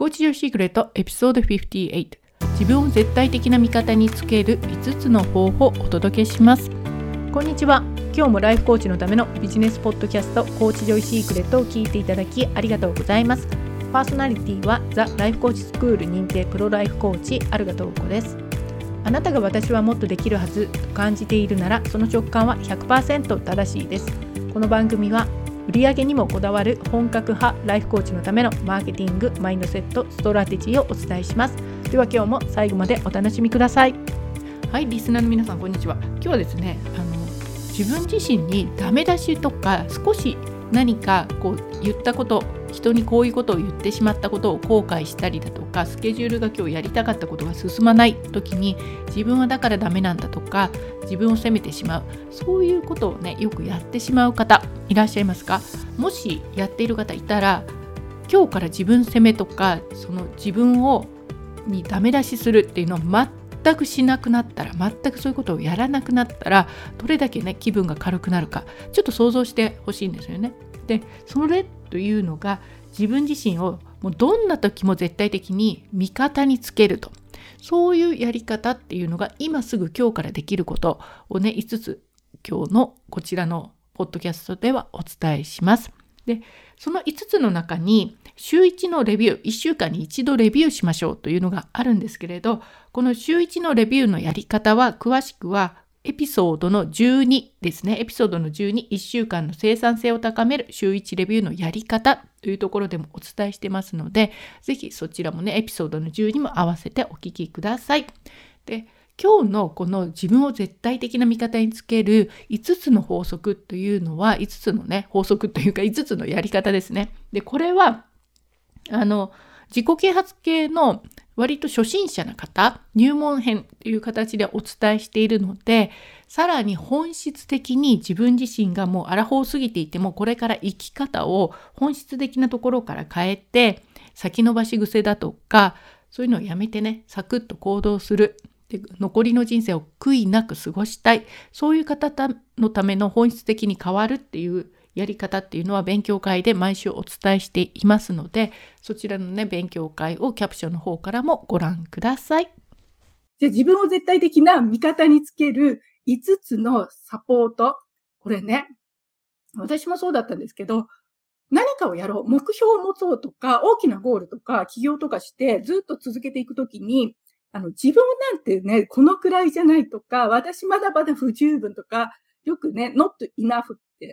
コーチYour Secretエピソード58、自分を絶対的な味方につける5つの方法をお届けします。こんにちは。今日もライフコーチのためのビジネスポッドキャストコーチYour Secretを聞いていただきありがとうございます。パーソナリティはザ・ライフコーチスクール認定プロライフコーチアルガトウコです。あなたが私はもっとできるはずと感じているなら、その直感は 100% 正しいです。この番組は売上にもこだわる本格派ライフコーチのためのマーケティング、マインドセット、ストラテジーをお伝えします。では今日も最後までお楽しみください。はい、リスナーの皆さんこんにちは。今日はですね、自分自身にダメ出しとか、少し何か言ったこと、人にこういうことを言ってしまったことを後悔したりだとか、スケジュールが今日やりたかったことが進まない時に、自分はだからダメなんだとか、自分を責めてしまう、そういうことをね、よくやってしまう方いらっしゃいますか？もしやっている方いたら、今日から自分責めとか、その自分にダメ出しするっていうのを全くしなくなったら、全くそういうことをやらなくなったら、どれだけね、気分が軽くなるか、ちょっと想像してほしいんですよね。で、それというのが、自分自身をもうどんな時も絶対的に味方につけると、そういうやり方っていうのが今すぐ今日からできることをね、5つ今日のこちらのポッドキャストではお伝えします。で、その5つの中に週1のレビュー、1週間に1度レビューしましょうというのがあるんですけれど、この週1のレビューのやり方は詳しくはエピソードの12ですね。エピソードの12、1週間の生産性を高める週1レビューのやり方というところでもお伝えしてますので、ぜひそちらもね、エピソードの12も合わせてお聞きください。で、今日のこの自分を絶対的な味方につける5つの法則というのは、5つのね、法則というか5つのやり方ですね。で、これは、自己啓発系の割と初心者な方、入門編という形でお伝えしているので、さらに本質的に自分自身がもうアラフォーすぎていても、これから生き方を本質的なところから変えて、先延ばし癖だとか、そういうのをやめてね、サクッと行動する。で、残りの人生を悔いなく過ごしたい。そういう方のための本質的に変わるっていうやり方っていうのは勉強会で毎週お伝えしていますので、そちらのね、勉強会をキャプションの方からもご覧ください。 じゃあ自分を絶対的な味方につける5つのサポート。これね、私もそうだったんですけど、何かをやろう、目標を持とうとか、大きなゴールとか、起業とかしてずっと続けていくときに、自分なんてね、このくらいじゃないとか、私まだまだ不十分とか、よくね、not enough って、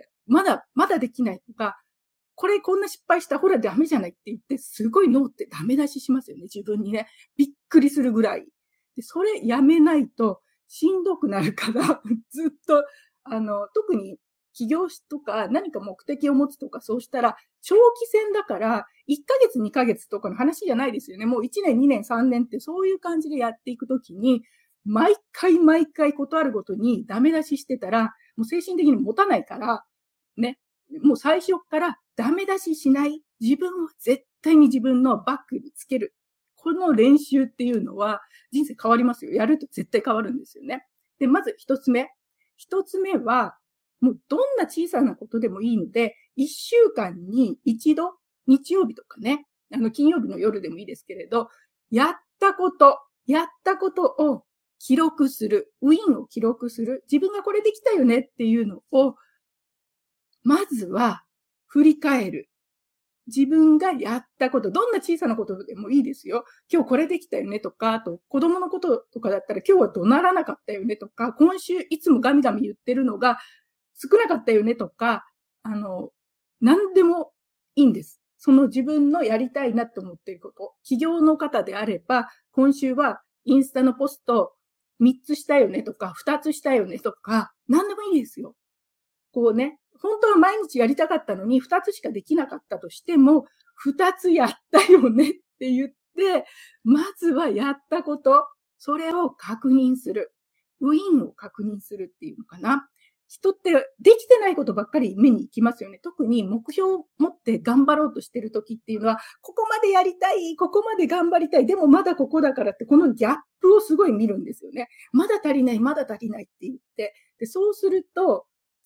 まだできないとか、こんな失敗した、ほらダメじゃないって言って、すごいノーってダメ出ししますよね、自分にね。びっくりするぐらい。で、それやめないとしんどくなるから、ずっと、特に起業とか何か目的を持つとか、そうしたら長期戦だから、1ヶ月2ヶ月とかの話じゃないですよね。もう1年2年3年ってそういう感じでやっていくときに、毎回ことあるごとにダメ出ししてたら、もう精神的に持たないから、ね。もう最初からダメ出ししない。自分を絶対に自分のバックにつける。この練習っていうのは人生変わりますよ。やると絶対変わるんですよね。で、まず一つ目。一つ目は、もうどんな小さなことでもいいので、1週間に一度、日曜日とかね、金曜日の夜でもいいですけれど、やったことを記録する。ウィンを記録する。自分がこれできたよねっていうのを、まずは振り返る。自分がやったこと、どんな小さなことでもいいですよ。今日これできたよねとか、あと子供のこととかだったら今日は怒鳴らなかったよねとか、今週いつもガミガミ言ってるのが少なかったよねとか、何でもいいんです。その自分のやりたいなと思っていること。起業の方であれば、今週はインスタのポスト3つしたよねとか、2つしたよねとか、何でもいいですよ。こうね、本当は毎日やりたかったのに2つしかできなかったとしても、2つやったよねって言って、まずはやったこと、それを確認する。ウィンを確認するっていうのかな。人ってできてないことばっかり目に行きますよね。特に目標を持って頑張ろうとしてる時っていうのは、ここまでやりたい、ここまで頑張りたい、でもまだここだからって、このギャップをすごい見るんですよね。まだ足りないって言って。で、そうすると、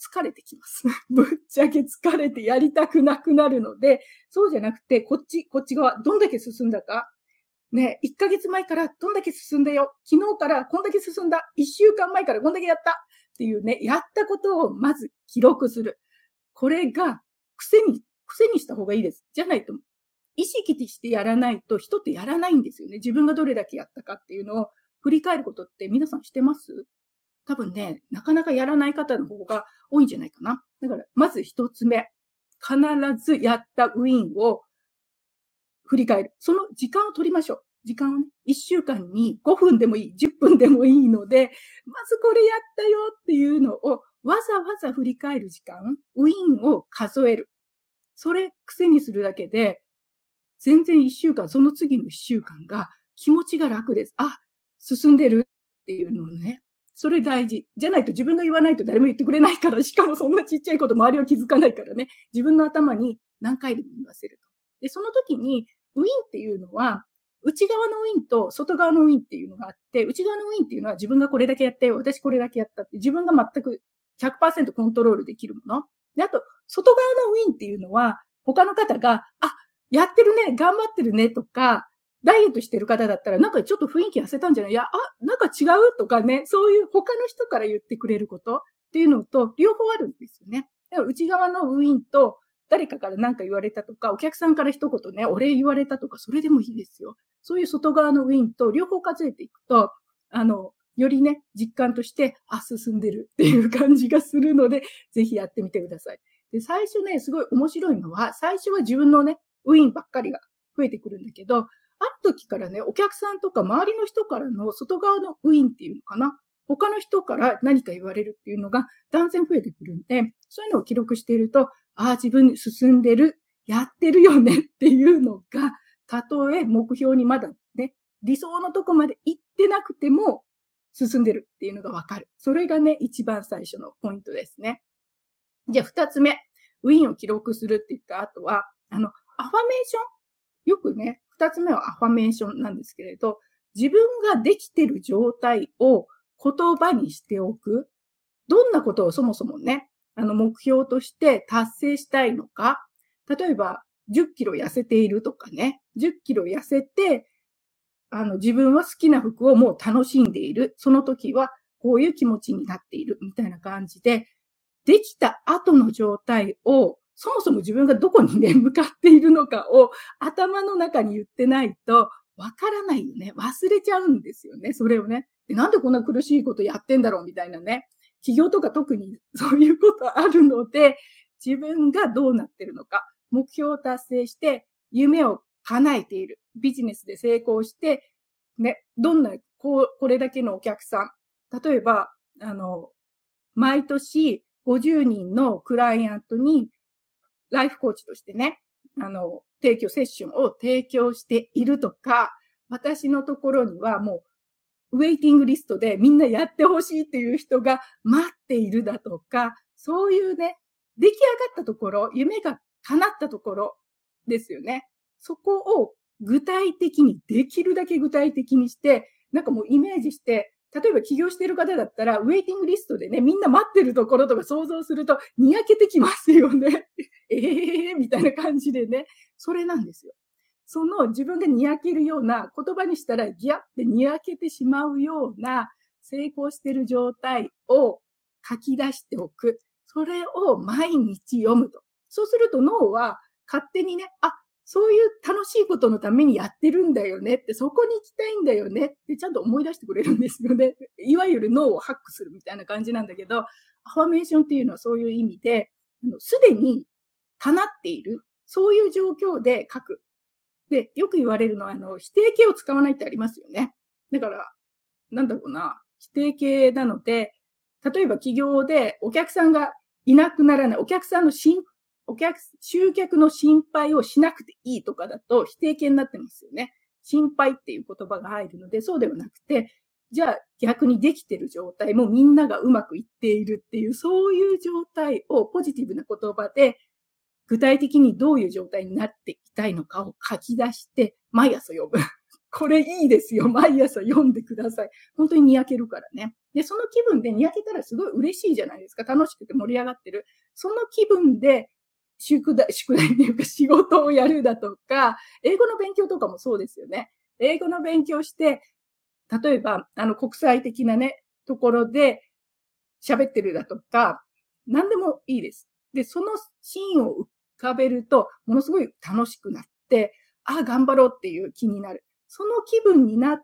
疲れてきます。ぶっちゃけ疲れてやりたくなくなるので、そうじゃなくて、こっち側、どんだけ進んだか。ね、1ヶ月前からどんだけ進んだよ。昨日からこんだけ進んだ。1週間前からこんだけやった。っていうね、やったことをまず記録する。これが癖にした方がいいです。じゃないと、意識してやらないと人ってやらないんですよね。自分がどれだけやったかっていうのを振り返ることって皆さんしてます？多分ね、なかなかやらない方の方が多いんじゃないかな。だから、まず一つ目。必ずやったウィンを振り返る。その時間を取りましょう。時間をね、1週間に5分でもいい、10分でもいいので、まずこれやったよっていうのをわざわざ振り返る時間、ウィンを数える。それ癖にするだけで、全然1週間、その次の1週間が気持ちが楽です。あ、進んでるっていうのをね。それ大事。じゃないと自分が言わないと誰も言ってくれないから、しかもそんなちっちゃいこと周りは気づかないからね。自分の頭に何回でも言わせると。で、その時に、ウィンっていうのは、内側のウィンと外側のウィンっていうのがあって、内側のウィンっていうのは自分がこれだけやって、私これだけやったって、自分が全く 100% コントロールできるもの。で、あと、外側のウィンっていうのは、他の方が、あ、やってるね、頑張ってるねとか、ダイエットしてる方だったら、なんかちょっと雰囲気痩せたんじゃない？いや、なんか違うとかね、そういう他の人から言ってくれることっていうのと、両方あるんですよね。だから内側のウィンと、誰かから何か言われたとか、お客さんから一言ね、お礼言われたとか、それでもいいですよ。そういう外側のウィンと両方数えていくと、よりね、実感として、進んでるっていう感じがするので、ぜひやってみてください。で、最初ね、すごい面白いのは、最初は自分のね、ウィンばっかりが増えてくるんだけど、ある時からね、お客さんとか周りの人からの外側のウィンっていうのかな。他の人から何か言われるっていうのが断然増えてくるんで、そういうのを記録していると、自分進んでる、やってるよねっていうのが、たとえ目標にまだね、理想のとこまで行ってなくても進んでるっていうのがわかる。それがね、一番最初のポイントですね。じゃあ二つ目、ウィンを記録するって言った後は、アファメーション。よくね、二つ目はアファメーションなんですけれど、自分ができてる状態を言葉にしておく。どんなことをそもそもね、目標として達成したいのか。例えば、10キロ痩せているとかね、10キロ痩せて、自分は好きな服をもう楽しんでいる。その時はこういう気持ちになっているみたいな感じで、できた後の状態を、そもそも自分がどこにね、向かっているのかを頭の中に言ってないとわからないよね。忘れちゃうんですよね、それをね。で、なんでこんな苦しいことやってんだろうみたいなね。企業とか特にそういうことあるので、自分がどうなってるのか、目標を達成して、夢を叶えている。ビジネスで成功して、ね、どんな、これだけのお客さん。例えば、毎年50人のクライアントに、ライフコーチとしてね、セッションを提供しているとか、私のところにはもう、ウェイティングリストでみんなやってほしいっていう人が待っているだとか、そういうね、出来上がったところ、夢が叶ったところですよね。そこを具体的に、できるだけ具体的にして、なんかもうイメージして、例えば起業している方だったら、ウェイティングリストでね、みんな待ってるところとか想像すると、にやけてきますよね。みたいな感じでね。それなんですよ。その自分がにやけるような、言葉にしたらギャってにやけてしまうような成功している状態を書き出しておく。それを毎日読むと。そうすると脳は勝手にね、そういう楽しいことのためにやってるんだよねって、そこに行きたいんだよねってちゃんと思い出してくれるんですよね。いわゆる脳をハックするみたいな感じなんだけど、アファメーションっていうのはそういう意味で、すでに叶っている、そういう状況で書く。で、よく言われるのは、否定形を使わないってありますよね。だから、なんだろうな、否定形なので、例えば企業でお客さんがいなくならない、集客の心配をしなくていいとかだと否定形になってますよね。心配っていう言葉が入るので、そうではなくて、じゃあ逆にできてる状態もみんながうまくいっているっていう、そういう状態をポジティブな言葉で、具体的にどういう状態になっていきたいのかを書き出して、毎朝読む。これいいですよ。毎朝読んでください。本当ににやけるからね。 で、その気分でにやけたらすごい嬉しいじゃないですか。楽しくて盛り上がってる。その気分で宿題っていうか仕事をやるだとか、英語の勉強とかもそうですよね。英語の勉強して、例えば、国際的なね、ところで喋ってるだとか、何でもいいです。で、そのシーンを浮かべると、ものすごい楽しくなって、頑張ろうっていう気になる。その気分になって、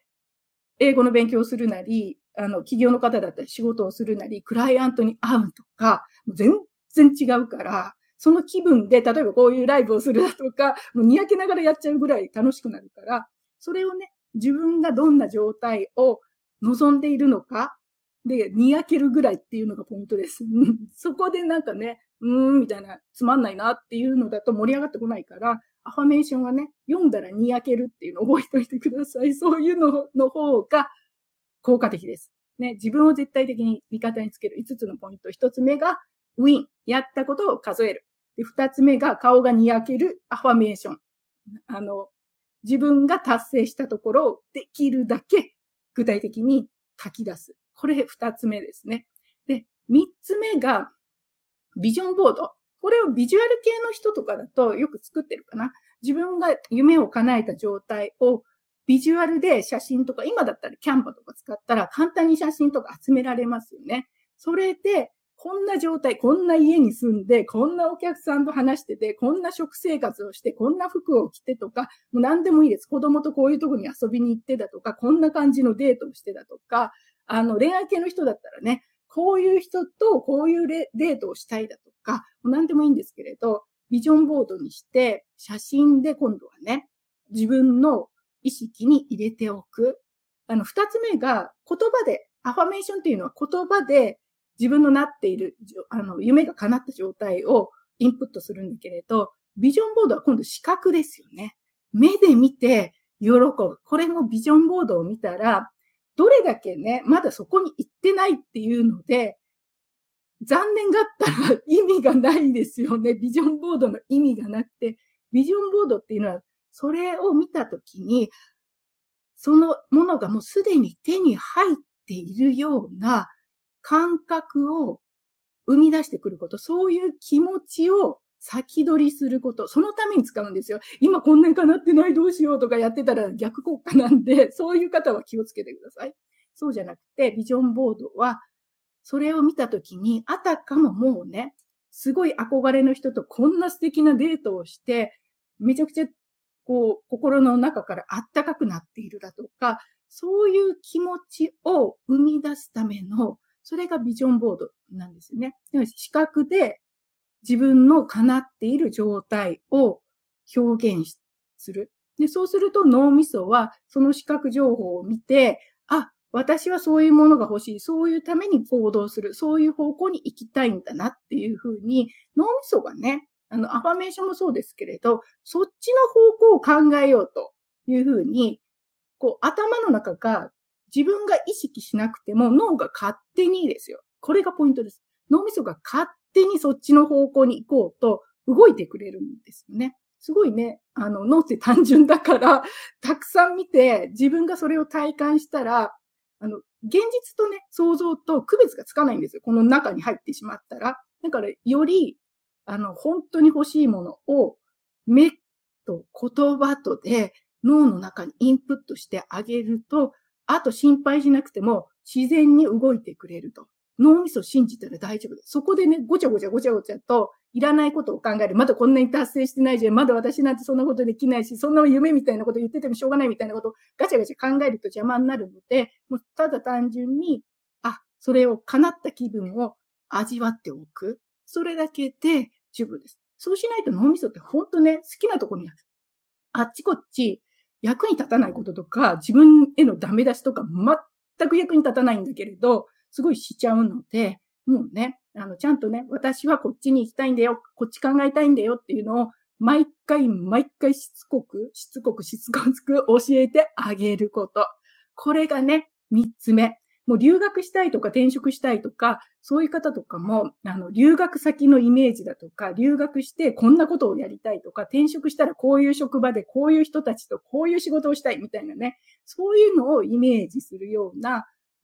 英語の勉強をするなり、企業の方だったら仕事をするなり、クライアントに会うとか、全然違うから、その気分で、例えばこういうライブをするだとか、もうにやけながらやっちゃうぐらい楽しくなるから、それをね、自分がどんな状態を望んでいるのか、で、にやけるぐらいっていうのがポイントです。そこでなんかね、みたいな、つまんないなっていうのだと盛り上がってこないから、アファメーションはね、読んだらにやけるっていうのを覚えておいてください。そういうのの方が効果的です。ね、自分を絶対的に味方につける5つのポイント。1つ目がウィン。やったことを数える。で、2つ目が顔がにやけるアファメーション。自分が達成したところをできるだけ具体的に書き出す。これ2つ目ですね。で、3つ目がビジョンボード。これをビジュアル系の人とかだとよく作ってるかな。自分が夢を叶えた状態をビジュアルで写真とか、今だったらキャンバとか使ったら簡単に写真とか集められますよね。それで、こんな状態、こんな家に住んで、こんなお客さんと話してて、こんな食生活をして、こんな服を着てとか、もう何でもいいです。子供とこういうとこに遊びに行ってだとか、こんな感じのデートをしてだとか、恋愛系の人だったらね、こういう人とこういうデートをしたいだとか、もう何でもいいんですけれど、ビジョンボードにして、写真で今度はね、自分の意識に入れておく。二つ目が言葉で、アファメーションっていうのは言葉で自分のなっている、夢が叶った状態をインプットするんだけれど、ビジョンボードは今度視覚ですよね。目で見て喜ぶ。これもビジョンボードを見たら、どれだけね、まだそこに行ってないっていうので、残念がったら意味がないですよね。ビジョンボードの意味がなくて、ビジョンボードっていうのは、それを見たときに、そのものがもうすでに手に入っているような感覚を生み出してくること、そういう気持ちを先取りすること、そのために使うんですよ。今こんなに叶ってないどうしようとかやってたら逆効果なんで、そういう方は気をつけてください。そうじゃなくて、ビジョンボードは、それを見たときに、あたかももうね、すごい憧れの人とこんな素敵なデートをして、めちゃくちゃこう、心の中からあったかくなっているだとか、そういう気持ちを生み出すための、それがビジョンボードなんですよね。視覚で自分の叶っている状態を表現する。で、そうすると脳みそはその視覚情報を見て、私はそういうものが欲しい。そういうために行動する。そういう方向に行きたいんだなっていうふうに、脳みそがね、アファメーションもそうですけれど、そっちの方向を考えようというふうに、こう、頭の中が自分が意識しなくても脳が勝手にですよ。これがポイントです。脳みそが勝手にそっちの方向に行こうと動いてくれるんですよね。すごいね、脳って単純だから、たくさん見て自分がそれを体感したら、現実とね、想像と区別がつかないんですよ。この中に入ってしまったら。だから、より、本当に欲しいものを、目と言葉とで脳の中にインプットしてあげると、あと心配しなくても自然に動いてくれると。脳みそ信じたら大丈夫です。そこでね、ごちゃごちゃと、いらないことを考える。まだこんなに達成してないじゃん。まだ私なんてそんなことできないし、そんな夢みたいなこと言っててもしょうがないみたいなことをガチャガチャ考えると邪魔になるので、もうただ単純に、それを叶った気分を味わっておく。それだけで十分です。そうしないと脳みそって本当ね、好きなところにあっちこっち役に立たないこととか、自分へのダメ出しとか全く役に立たないんだけれど、すごいしちゃうので、もうね、ちゃんとね、私はこっちに行きたいんだよ、こっち考えたいんだよっていうのを、毎回しつこく教えてあげること。これがね、3つ目。もう留学したいとか転職したいとか、そういう方とかも、留学先のイメージだとか、留学してこんなことをやりたいとか、転職したらこういう職場でこういう人たちとこういう仕事をしたいみたいなね、そういうのをイメージするような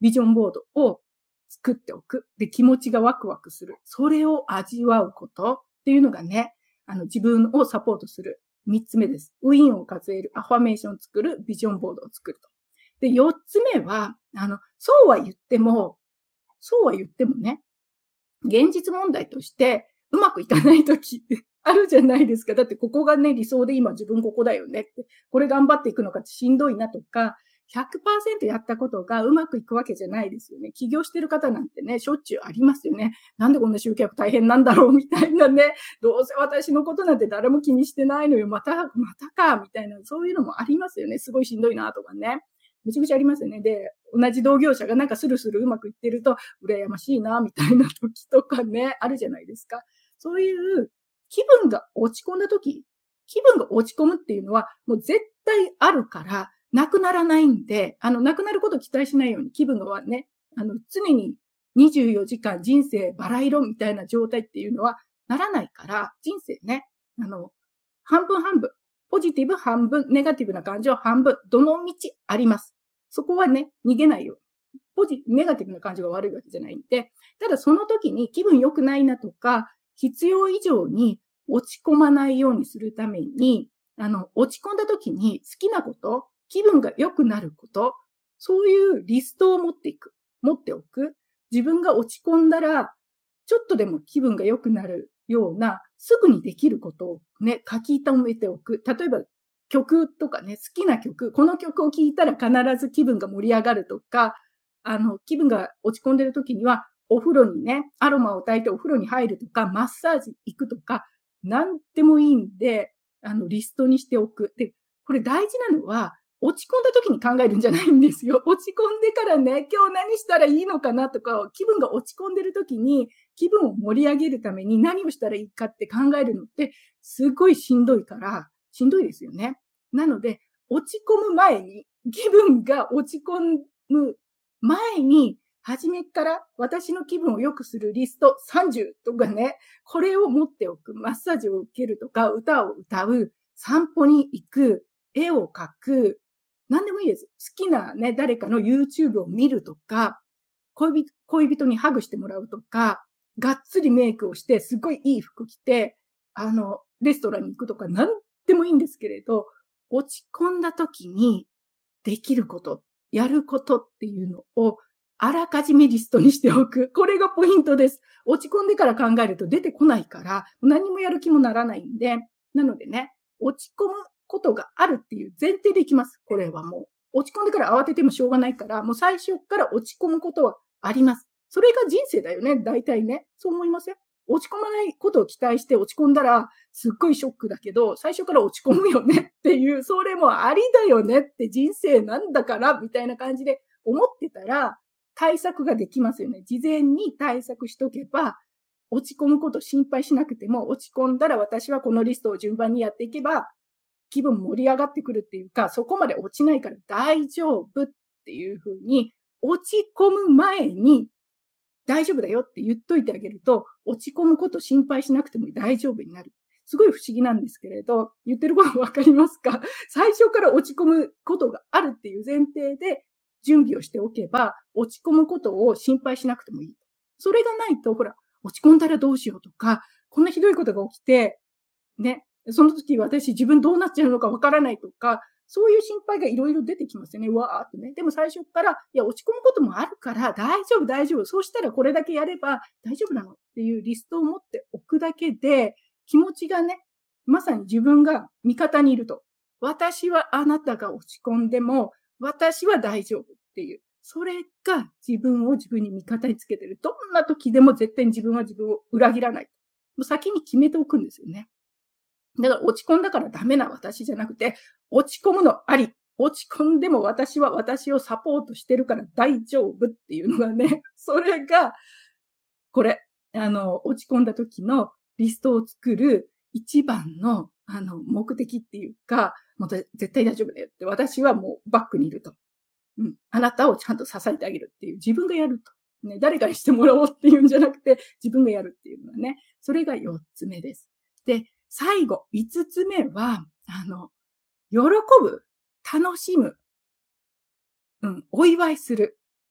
ビジョンボードを作っておく。で、気持ちがワクワクする。それを味わうことっていうのがね、自分をサポートする3つ目です。ウィンを数える、アファメーションを作る、ビジョンボードを作ると。で、4つ目は、そうは言ってもね、現実問題としてうまくいかないときってあるじゃないですか。だってここがね、理想で今自分ここだよねって、これ頑張っていくのかってしんどいなとか、100% やったことがうまくいくわけじゃないですよね。起業してる方なんてね、しょっちゅうありますよね。なんでこんな集客大変なんだろうみたいなね。どうせ私のことなんて誰も気にしてないのよ。またか、みたいな、そういうのもありますよね。すごいしんどいなとかね。めちゃくちゃありますよね。で、同じ同業者がなんかスルスルうまくいってると、羨ましいな、みたいな時とかね、あるじゃないですか。そういう気分が落ち込んだ時、気分が落ち込むっていうのは、もう絶対あるから、なくならないんで、なくなることを期待しないように、気分がね、常に24時間人生バラ色みたいな状態っていうのはならないから、人生ね、半分半分、ポジティブ半分、ネガティブな感情半分、どの道あります。そこはね、逃げないように。ネガティブな感情が悪いわけじゃないんで、ただその時に気分良くないなとか、必要以上に落ち込まないようにするために、落ち込んだ時に好きなこと、気分が良くなること、そういうリストを持っておく。自分が落ち込んだら、ちょっとでも気分が良くなるような、すぐにできることをね、書き留めておく。例えば、曲とかね、好きな曲、この曲を聴いたら必ず気分が盛り上がるとか、気分が落ち込んでる時には、お風呂にね、アロマを焚いてお風呂に入るとか、マッサージ行くとか、なんでもいいんで、リストにしておく。で、これ大事なのは、落ち込んだ時に考えるんじゃないんですよ。落ち込んでからね、今日何したらいいのかなとか、気分が落ち込んでる時に、気分を盛り上げるために何をしたらいいかって考えるのって、すごいしんどいから、しんどいですよね。なので、落ち込む前に、気分が落ち込む前に、初めから私の気分を良くするリスト30とかね、これを持っておく。マッサージを受けるとか、歌を歌う、散歩に行く、絵を描く、何でもいいです。好きなね、誰かの YouTube を見るとか、恋人にハグしてもらうとか、がっつりメイクをして、すごいいい服着て、レストランに行くとか、何でもいいんですけれど、落ち込んだ時にできること、やることっていうのをあらかじめリストにしておく。これがポイントです。落ち込んでから考えると出てこないから、何もやる気もならないんで、なのでね、落ち込むことがあるっていう前提でいきます。これはもう。落ち込んでから慌ててもしょうがないから、もう最初から落ち込むことはあります。それが人生だよね、大体ね。そう思いません？落ち込まないことを期待して落ち込んだら、すっごいショックだけど、最初から落ち込むよねっていう、それもありだよねって人生なんだから、みたいな感じで思ってたら、対策ができますよね。事前に対策しとけば、落ち込むこと心配しなくても、落ち込んだら私はこのリストを順番にやっていけば、気分盛り上がってくるっていうか、そこまで落ちないから大丈夫っていうふうに、落ち込む前に大丈夫だよって言っといてあげると、落ち込むこと心配しなくても大丈夫になる。すごい不思議なんですけれど、言ってることわかりますか？最初から落ち込むことがあるっていう前提で準備をしておけば、落ち込むことを心配しなくてもいい。それがないと、ほら、落ち込んだらどうしようとか、こんなひどいことが起きて、ね、その時私自分どうなっちゃうのかわからないとか、そういう心配がいろいろ出てきますよね。わーっとね。でも最初から、いや、落ち込むこともあるから、大丈夫、大丈夫。そうしたらこれだけやれば大丈夫なのっていうリストを持っておくだけで、気持ちがね、まさに自分が味方にいると。私はあなたが落ち込んでも、私は大丈夫っていう。それが自分を自分に味方につけてる。どんな時でも絶対に自分は自分を裏切らない。もう先に決めておくんですよね。だから落ち込んだからダメな私じゃなくて、落ち込むのあり。落ち込んでも私は私をサポートしてるから大丈夫っていうのがね、それが、これ、落ち込んだ時のリストを作る一番の、目的っていうか、もう絶対大丈夫だよって、私はもうバックにいると。あなたをちゃんと支えてあげるっていう、自分がやると。ね、誰かにしてもらおうっていうんじゃなくて、自分がやるっていうのはね、それが4つ目です。で、最後、5つ目は、喜ぶ、楽しむ、お祝いする。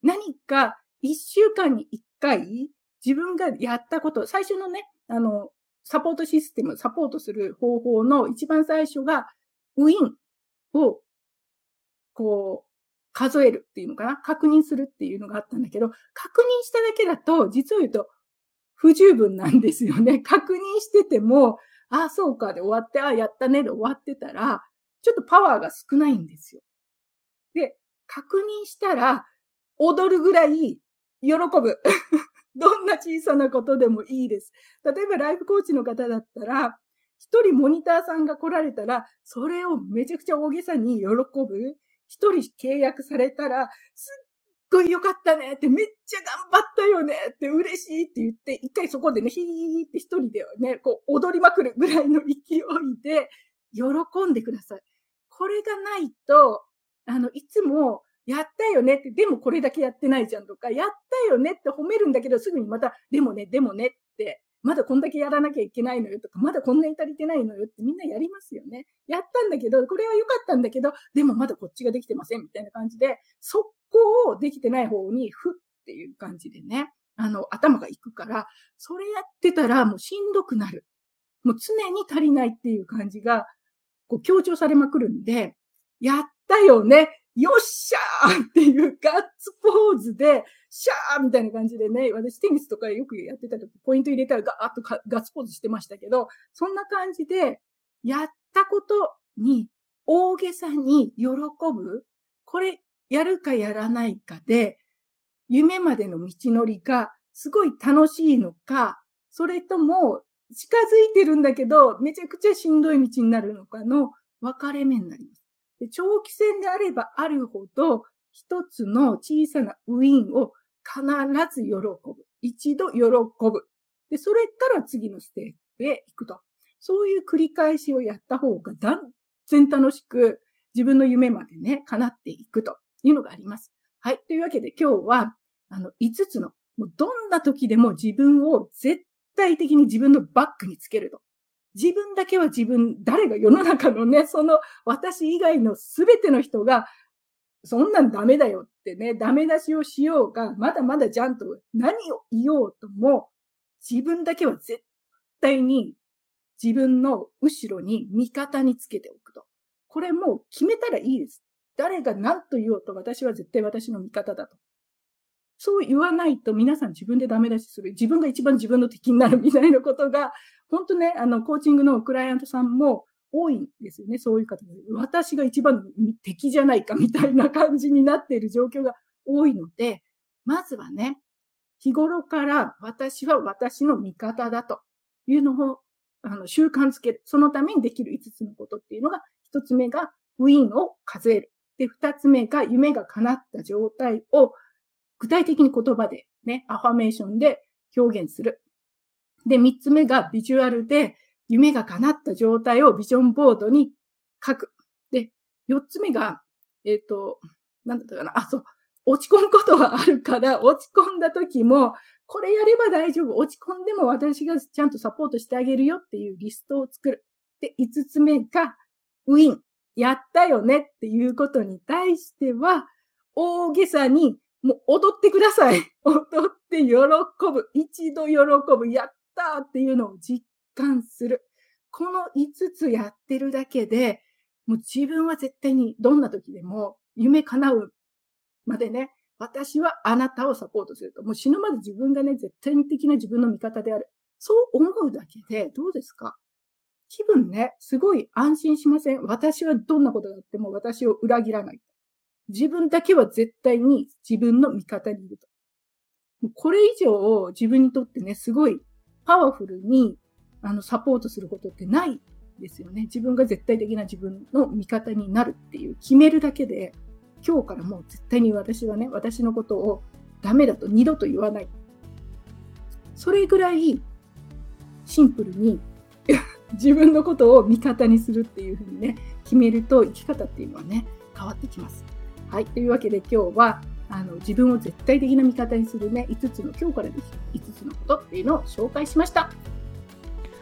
何か1週間に1回自分がやったこと、最初のね、サポートシステム、サポートする方法の一番最初が、ウィンをこう数えるっていうのかな、確認するっていうのがあったんだけど、確認しただけだと、実を言うと不十分なんですよね。確認してても、ああ、そうかで終わって、ああ、やったねで終わってたら、ちょっとパワーが少ないんですよ。で、確認したら、踊るぐらい喜ぶ。どんな小さなことでもいいです。例えばライフコーチの方だったら、一人モニターさんが来られたら、それをめちゃくちゃ大げさに喜ぶ。一人契約されたら、すっごい良かったねって、めっちゃ頑張ったよねって、嬉しいって言って、一回そこでね、ヒーって一人でね、こう踊りまくるぐらいの勢いで、喜んでください。これがないと、いつも、やったよねって、でもこれだけやってないじゃんとか、やったよねって褒めるんだけど、すぐにまた、でもねって、まだこんだけやらなきゃいけないのよとか、まだこんなに足りてないのよってみんなやりますよね。やったんだけど、これは良かったんだけど、でもまだこっちができてませんみたいな感じで、そこをできてない方に、ふっていう感じでね、頭がいくから、それやってたらもうしんどくなる。もう常に足りないっていう感じが、こう強調されまくるんで、やったよね、よっしゃーっていうガッツポーズで、シャーみたいな感じでね、私テニスとかよくやってた時、ポイント入れたらガーッとガッツポーズしてましたけど、そんな感じで、やったことに大げさに喜ぶ。これ、やるかやらないかで、夢までの道のりがすごい楽しいのか、それとも近づいてるんだけど、めちゃくちゃしんどい道になるのかの分かれ目になります。で、長期戦であればあるほど、一つの小さなウィンを必ず喜ぶ。一度喜ぶ。で、それから次のステップへ行くと。そういう繰り返しをやった方が断然楽しく自分の夢までね、叶っていくというのがあります。はい。というわけで今日は、5つの、もうどんな時でも自分を絶対的に自分のバックにつけると。自分だけは自分、誰が世の中のね、その私以外のすべての人が、そんなんダメだよってね、ダメ出しをしようが、まだまだちゃんと何を言おうとも、自分だけは絶対に自分の後ろに味方につけておくと。これもう決めたらいいです。誰が何と言おうと私は絶対私の味方だと。そう言わないと皆さん自分でダメ出しする。自分が一番自分の敵になるみたいなことが、本当ね、コーチングのクライアントさんも多いんですよね。そういう方で。私が一番の敵じゃないかみたいな感じになっている状況が多いので、まずはね、日頃から私は私の味方だというのを習慣づける。そのためにできる5つのことっていうのが、1つ目がウィンを数える。で、2つ目が夢が叶った状態を具体的に言葉でね、アファメーションで表現する。で、3つ目がビジュアルで夢が叶った状態をビジョンボードに書く。で、4つ目が、なんだったかな。落ち込むことはあるから、落ち込んだ時も、これやれば大丈夫。落ち込んでも私がちゃんとサポートしてあげるよっていうリストを作る。で、5つ目が、ウィン。やったよねっていうことに対しては、大げさに、もう踊ってください。踊って喜ぶ。一度喜ぶ。やったーっていうのを実感する。この5つやってるだけで、もう自分は絶対にどんな時でも夢叶うまでね、私はあなたをサポートすると。もう死ぬまで自分がね、絶対的な自分の味方である。そう思うだけでどうですか？気分ね、すごい安心しません？私はどんなことがあっても私を裏切らない。自分だけは絶対に自分の味方にいると。これ以上自分にとってね、すごいパワフルにサポートすることってないですよね。自分が絶対的な自分の味方になるっていう決めるだけで、今日からもう絶対に私はね、私のことをダメだと二度と言わない。それぐらいシンプルに自分のことを味方にするっていうふうにね、決めると生き方っていうのはね、変わってきます。はい。というわけで今日は、自分を絶対的な味方にするね、5つの今日からできる5つのことっていうのを紹介しました。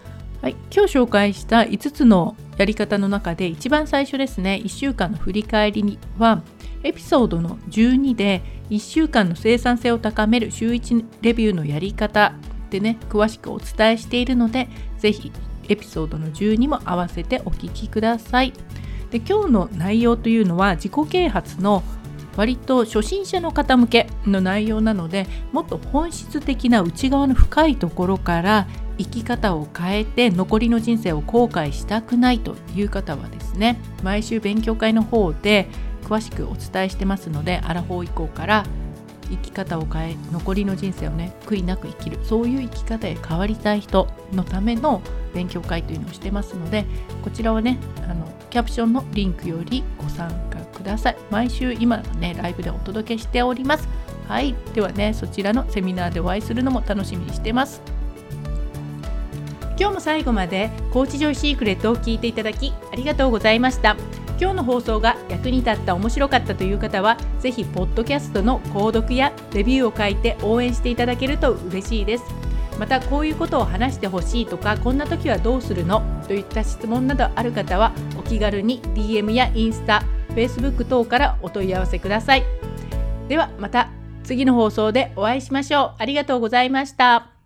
はい、今日紹介した5つのやり方の中で一番最初ですね、1週間の振り返りはエピソードの12で1週間の生産性を高める週1レビューのやり方でね、詳しくお伝えしているので、ぜひエピソードの12も合わせてお聞きください。で、今日の内容というのは自己啓発の割と初心者の方向けの内容なので、もっと本質的な内側の深いところから生き方を変えて残りの人生を後悔したくないという方はですね、毎週勉強会の方で詳しくお伝えしてますので、アラフォー以降から生き方を変え残りの人生をね、悔いなく生きる、そういう生き方へ変わりたい人のための勉強会というのをしてますので、こちらはね、キャプションのリンクよりご参加ください。毎週今はね、ライブでお届けしております。はい、ではね、そちらのセミナーでお会いするのも楽しみにしてます。今日も最後までコーチジョイシークレットを聞いていただきありがとうございました。今日の放送が役に立った、面白かったという方は、ぜひポッドキャストの購読やレビューを書いて応援していただけると嬉しいです。また、こういうことを話してほしいとか、こんな時はどうするのといった質問などある方は、お気軽に DM やインスタ、Facebook 等からお問い合わせください。ではまた次の放送でお会いしましょう。ありがとうございました。